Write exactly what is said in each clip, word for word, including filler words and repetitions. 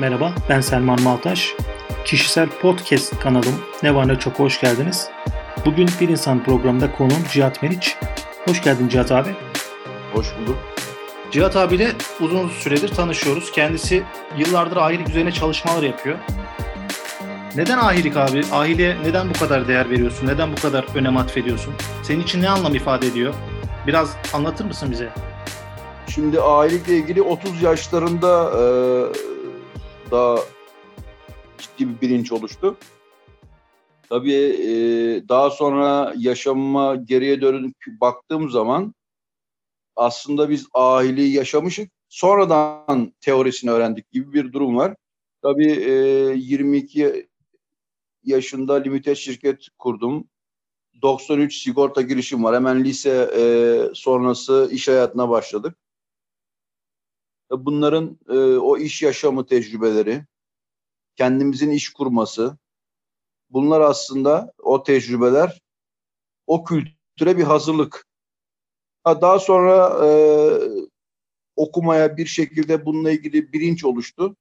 Merhaba, ben Selman Maltaş. Kişisel podcast kanalım Ne Var Ne Çok hoş geldiniz. Bugün Bir İnsan programında konuğum Cihat Meriç. Hoş geldin Cihat abi. Hoş bulduk. Cihat abiyle uzun süredir tanışıyoruz. Kendisi yıllardır ahilik üzerine çalışmalar yapıyor. Neden ahilik abi? Ahiliğe neden bu kadar değer veriyorsun? Neden bu kadar önem atfediyorsun? Senin için ne anlam ifade ediyor? Biraz anlatır mısın bize? Şimdi ahilikle ilgili otuz yaşlarında e, daha ciddi bir bilinç oluştu. Tabii e, daha sonra yaşamıma geriye dönüp baktığım zaman aslında biz ahiliği yaşamışık. Sonradan teorisini öğrendik gibi bir durum var. Tabii e, yirmi iki yaşında limited şirket kurdum. doksan üç sigorta girişim var. Hemen lise e, sonrası iş hayatına başladık. Bunların e, o iş yaşamı tecrübeleri, kendimizin iş kurması, bunlar aslında o tecrübeler, o kültüre bir hazırlık. Ha, daha sonra e, okumaya bir şekilde bununla ilgili bilinç oluştu.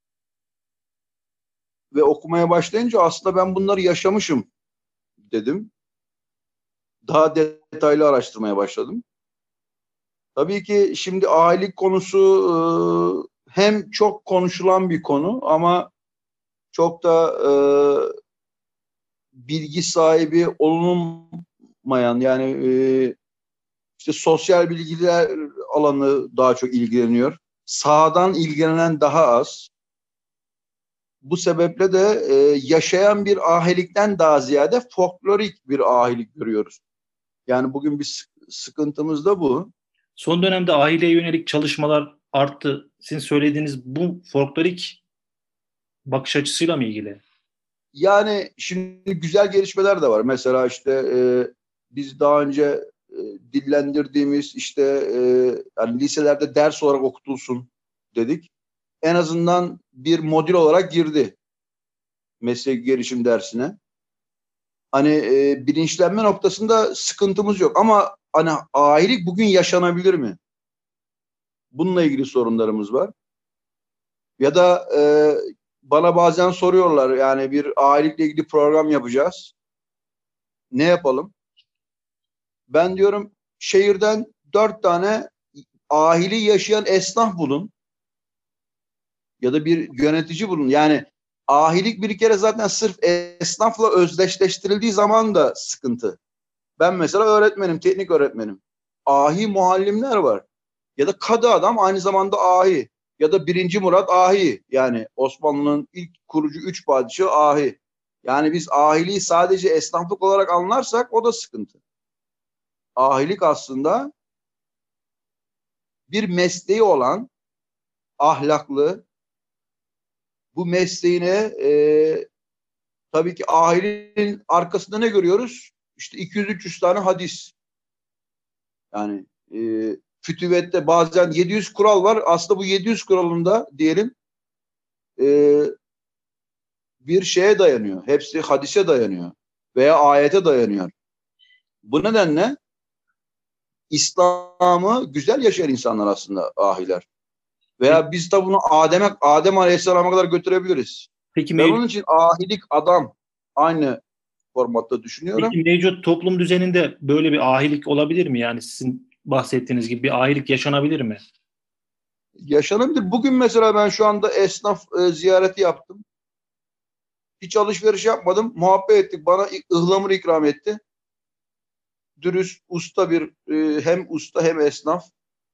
Ve okumaya başlayınca aslında ben bunları yaşamışım dedim. Daha detaylı araştırmaya başladım. Tabii ki şimdi ailelik konusu e, hem çok konuşulan bir konu ama çok da e, bilgi sahibi olunmayan, yani e, işte sosyal bilgiler alanı daha çok ilgileniyor. Sahadan ilgilenen daha az. Bu sebeple de e, yaşayan bir ahilikten daha ziyade folklorik bir ahilik görüyoruz. Yani bugün bir sıkıntımız da bu. Son dönemde aileye yönelik çalışmalar arttı. Sizin söylediğiniz bu folklorik bakış açısıyla mı ilgili? Yani şimdi güzel gelişmeler de var. Mesela işte e, biz daha önce e, dillendirdiğimiz işte e, yani liselerde ders olarak okutulsun dedik. En azından bir modül olarak girdi meslek gelişim dersine. Hani e, bilinçlenme noktasında sıkıntımız yok ama hani ahilik bugün yaşanabilir mi? Bununla ilgili sorunlarımız var. Ya da e, bana bazen soruyorlar, yani bir ahilikle ilgili program yapacağız. Ne yapalım? Ben diyorum şehirden dört tane ahili yaşayan esnaf bulun ya da bir yönetici bulun. Yani ahilik bir kere zaten sırf esnafla özdeşleştirildiği zaman da sıkıntı. Ben mesela öğretmenim, teknik öğretmenim. Ahi muallimler var. Ya da kadı adam aynı zamanda ahi. Ya da birinci Murat ahi. Yani Osmanlı'nın ilk kurucu üç padişahı ahi. Yani biz ahiliği sadece esnaflık olarak anlarsak o da sıkıntı. Ahilik aslında bir mesleği olan, ahlaklı, bu mesleğine e, tabii ki ahilinin arkasında ne görüyoruz? İşte iki yüz üç yüz tane hadis. Yani e, fütüvette bazen yedi yüz kural var. Aslında bu yedi yüz kuralında diyelim e, bir şeye dayanıyor. Hepsi hadise dayanıyor veya ayete dayanıyor. Bu nedenle İslam'ı güzel yaşayan insanlar aslında ahiler. Veya biz de bunu Adem'e, Adem Aleyhisselam'a kadar götürebiliriz. Peki, Ben mev- onun için ahilik adam aynı formatta düşünüyorum. peki mevcut toplum düzeninde böyle bir ahilik olabilir mi? Yani sizin bahsettiğiniz gibi bir ahilik yaşanabilir mi? Yaşanabilir. Bugün mesela ben şu anda esnaf e, ziyareti yaptım. Hiç alışveriş yapmadım. Muhabbet ettik. Bana ıhlamur ikram etti. Dürüst, usta bir e, hem usta hem esnaf.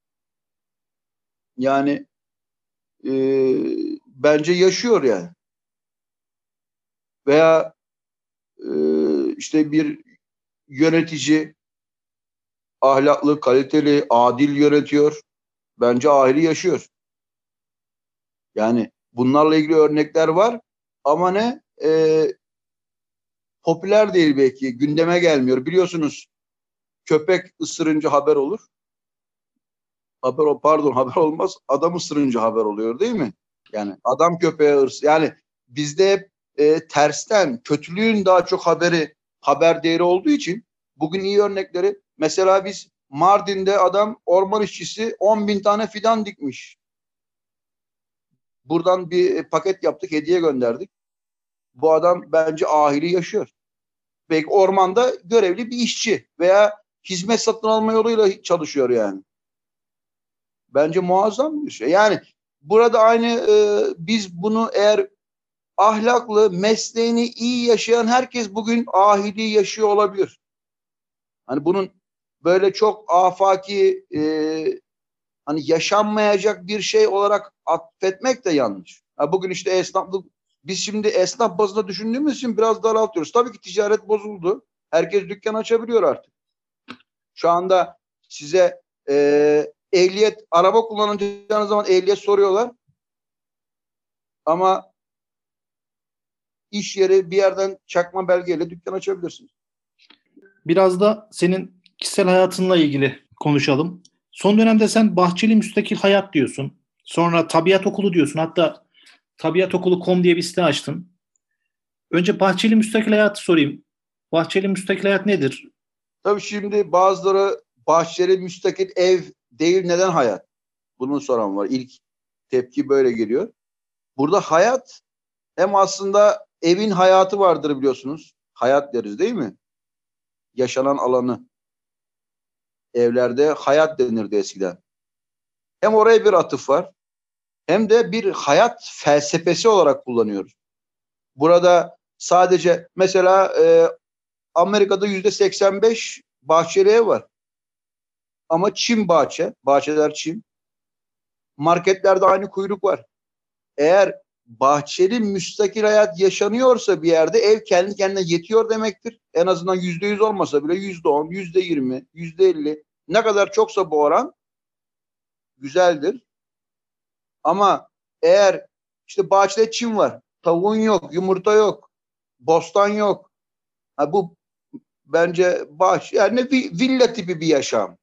Yani e, bence yaşıyor yani. Veya e, işte bir yönetici ahlaklı, kaliteli, adil yönetiyor. Bence ahili yaşıyor. Yani bunlarla ilgili örnekler var. Ama ne? E, popüler değil belki. Gündeme gelmiyor. Biliyorsunuz köpek ısırınca haber olur. Haber o pardon haber olmaz. Adam ısırınca haber oluyor değil mi? Yani adam köpeğe ırs. Yani bizde hep e, tersten kötülüğün daha çok haberi haber değeri olduğu için bugün iyi örnekleri, mesela biz Mardin'de adam orman işçisi on bin tane fidan dikmiş. Buradan bir paket yaptık, hediye gönderdik. Bu adam bence ahili yaşıyor. Belki ormanda görevli bir işçi veya hizmet satın alma yoluyla çalışıyor yani. Bence muazzam bir şey. Yani burada aynı e, biz bunu eğer ahlaklı, mesleğini iyi yaşayan herkes bugün ahili yaşıyor olabilir. Hani bunun böyle çok afaki e, hani yaşanmayacak bir şey olarak atfetmek de yanlış. Ha, bugün işte esnaflık, biz şimdi esnaf bazında düşündüğümüz için biraz daraltıyoruz. Tabii ki ticaret bozuldu. Herkes dükkan açabiliyor artık. Şu anda size e, ehliyet, araba kullanacağınız zaman ehliyet soruyorlar. Ama iş yeri bir yerden çakma belgeyle dükkan açabilirsiniz. Biraz da senin kişisel hayatınla ilgili konuşalım. Son dönemde sen bahçeli müstakil hayat diyorsun. Sonra tabiat okulu diyorsun. Hatta tabiat okulu nokta com diye bir site açtın. Önce bahçeli müstakil hayatı sorayım. Bahçeli müstakil hayat nedir? Tabii şimdi bazıları bahçeli müstakil ev değil, neden hayat? Bunu soran var. İlk tepki böyle geliyor. Burada hayat hem aslında evin hayatı vardır biliyorsunuz. Hayat deriz değil mi? Yaşanan alanı. Evlerde hayat denirdi eskiden. Hem oraya bir atıf var hem de bir hayat felsefesi olarak kullanıyoruz. Burada sadece mesela e, Amerika'da yüzde seksen beş bahçeli ev var. Ama çim bahçe, bahçeler çim. Marketlerde aynı kuyruk var. Eğer bahçeli müstakil hayat yaşanıyorsa bir yerde ev kendi kendine yetiyor demektir. En azından yüzde yüz olmasa bile yüzde on, yüzde yirmi, yüzde elli ne kadar çoksa bu oran güzeldir. Ama eğer işte bahçede çim var, tavuğun yok, yumurta yok, bostan yok. Ha, bu bence bahçe yani bir villa tipi bir yaşam.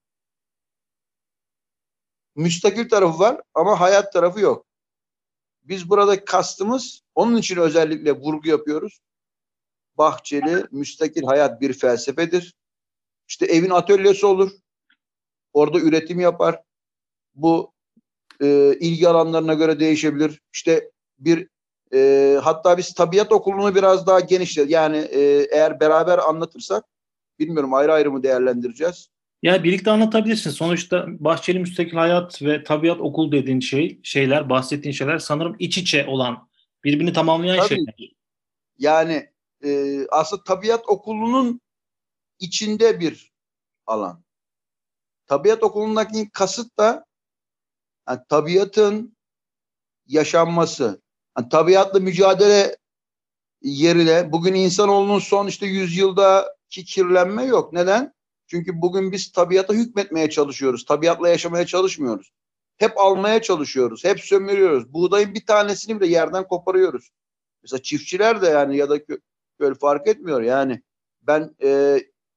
Müstakil tarafı var ama hayat tarafı yok. Biz burada kastımız, onun için özellikle vurgu yapıyoruz. Bahçeli, müstakil hayat bir felsefedir. İşte evin atölyesi olur. Orada üretim yapar. Bu e, ilgi alanlarına göre değişebilir. İşte bir e, hatta biz tabiat okulunu biraz daha genişlet. Yani e, eğer beraber anlatırsak, bilmiyorum, ayrı ayrı mı değerlendireceğiz? Yani birlikte anlatabilirsin. Sonuçta bahçeli müstakil hayat ve tabiat okul dediğin şey, şeyler, bahsettiğin şeyler sanırım iç içe olan, birbirini tamamlayan Tabii. şeyler. Yani e, aslında tabiat okulunun içinde bir alan. Tabiat okulundaki kasıt da yani tabiatın yaşanması. Yani tabiatla mücadele yerine bugün insanoğlunun son işte yüzyıldaki kirlenme yok. Neden? Çünkü bugün biz tabiata hükmetmeye çalışıyoruz. Tabiatla yaşamaya çalışmıyoruz. Hep almaya çalışıyoruz. Hep sömürüyoruz. Buğdayın bir tanesini bile yerden koparıyoruz. Mesela çiftçiler de yani ya da kö- böyle fark etmiyor. Yani ben e,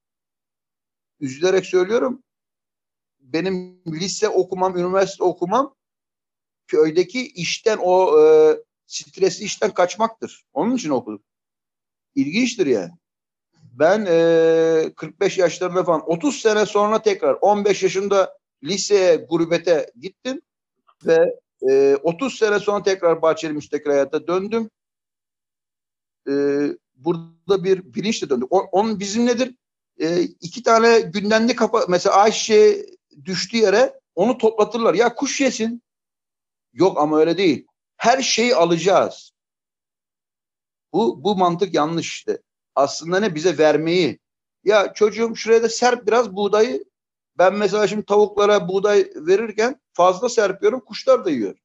üzülerek söylüyorum. Benim lise okumam, üniversite okumam köydeki işten o e, stresli işten kaçmaktır. Onun için okudum. İlginçtir yani. Ben e, kırk beş yaşlarında falan otuz sene sonra tekrar on beş yaşında liseye, gurbete gittim ve e, otuz sene sonra tekrar bahçeli müstakil hayata döndüm. E, burada bir bilinçle döndük. O, onun bizim nedir? E, iki tane gündemli kapa mesela Ayşe düştü yere onu toplatırlar. Ya kuş yesin. Yok ama öyle değil. Her şeyi alacağız. Bu, bu mantık yanlış işte. Aslında ne? Bize vermeyi. Ya çocuğum şuraya da serp biraz buğdayı. Ben mesela şimdi tavuklara buğday verirken fazla serpiyorum. Kuşlar da yiyor.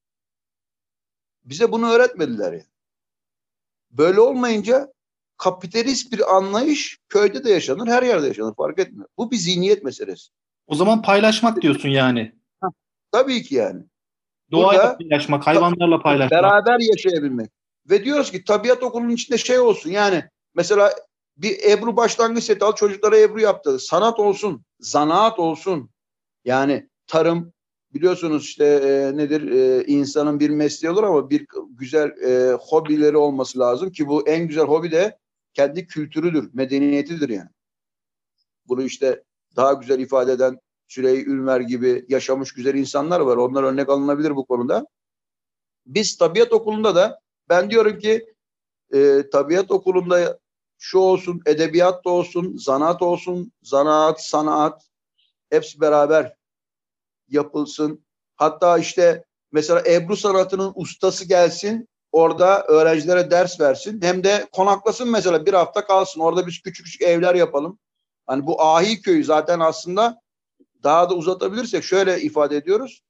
Bize bunu öğretmediler yani. Böyle olmayınca kapitalist bir anlayış köyde de yaşanır, her yerde yaşanır. Fark etmiyor. Bu bir zihniyet meselesi. O zaman paylaşmak diyorsun yani. Heh, tabii ki yani. Doğayla Burada paylaşmak, ta- hayvanlarla paylaşmak. beraber yaşayabilmek. Ve diyoruz ki tabiat okulunun içinde şey olsun yani mesela bir Ebru başlangıç seti al, çocuklara Ebru yaptı. Sanat olsun, zanaat olsun. Yani tarım biliyorsunuz işte e, nedir e, insanın bir mesleği olur ama bir güzel e, hobileri olması lazım ki bu en güzel hobi de kendi kültürüdür, medeniyetidir yani. Bunu işte daha güzel ifade eden Süreyya Ünver gibi yaşamış güzel insanlar var. Onlar örnek alınabilir bu konuda. Biz tabiat okulunda da ben diyorum ki e, tabiat okulunda şu olsun, edebiyat da olsun, zanaat olsun, zanaat, sanat hepsi beraber yapılsın. Hatta işte mesela Ebru sanatının ustası gelsin, orada öğrencilere ders versin. Hem de konaklasın, mesela bir hafta kalsın. Orada biz küçük küçük evler yapalım. Hani bu Ahi köyü zaten aslında daha da uzatabilirsek şöyle ifade ediyoruz.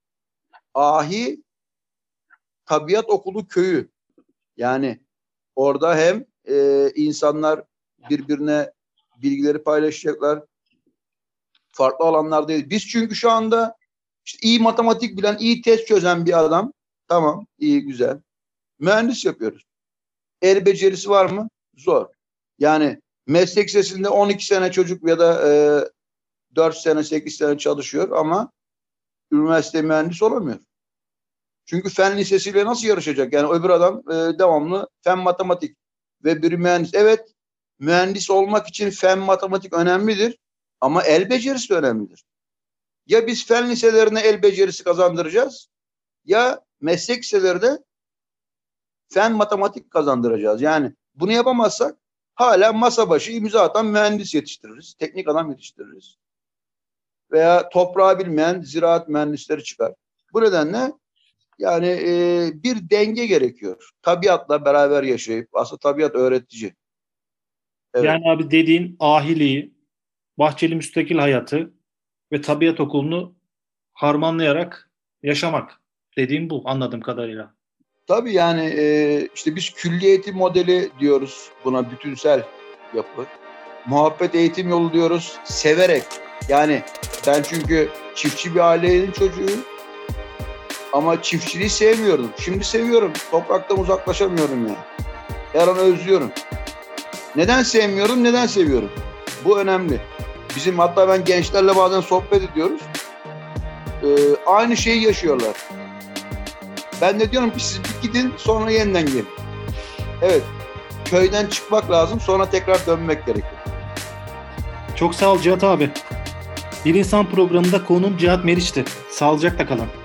Ahi Tabiat Okulu köyü. Yani orada hem e, insanlar birbirine bilgileri paylaşacaklar. Farklı alanlardayız. Biz çünkü şu anda işte iyi matematik bilen, iyi test çözen bir adam. Tamam, iyi, güzel. Mühendis yapıyoruz. El becerisi var mı? Zor. Yani meslek lisesinde on iki sene çocuk ya da e, dört sene, sekiz sene çalışıyor ama üniversite mühendis olamıyor. Çünkü fen lisesiyle nasıl yarışacak? Yani öbür adam e, devamlı fen matematik ve bir mühendis. Evet, mühendis olmak için fen matematik önemlidir ama el becerisi de önemlidir. Ya biz fen liselerine el becerisi kazandıracağız ya meslek liselerine fen matematik kazandıracağız. Yani bunu yapamazsak hala masa başı imza atan mühendis yetiştiririz. Teknik adam yetiştiririz. Veya toprağı bilmeyen ziraat mühendisleri çıkar. Bu nedenle yani e, bir denge gerekiyor. Tabiatla beraber yaşayıp, aslında tabiat öğretici. Evet. Yani abi dediğin ahiliği, bahçeli müstakil hayatı ve tabiat okulunu harmanlayarak yaşamak. Dediğim bu anladığım kadarıyla. Tabii yani e, işte biz külli eğitim modeli diyoruz buna, bütünsel yapı. Muhabbet eğitim yolu diyoruz, severek. Yani ben çünkü çiftçi bir ailenin çocuğuyum ama çiftçiliği sevmiyordum. Şimdi seviyorum. Topraktan uzaklaşamıyorum yani. Her an özlüyorum. Neden sevmiyorum, neden seviyorum? Bu önemli. Bizim hatta ben gençlerle bazen sohbet ediyoruz. Ee, aynı şeyi yaşıyorlar. Ben de diyorum ki siz bir gidin, sonra yeniden gelin. Evet, köyden çıkmak lazım, sonra tekrar dönmek gerekiyor. Çok sağ ol Cihat abi. Bir İnsan programında konuğum Cihat Meriç'ti. Sağlıcakla kalın.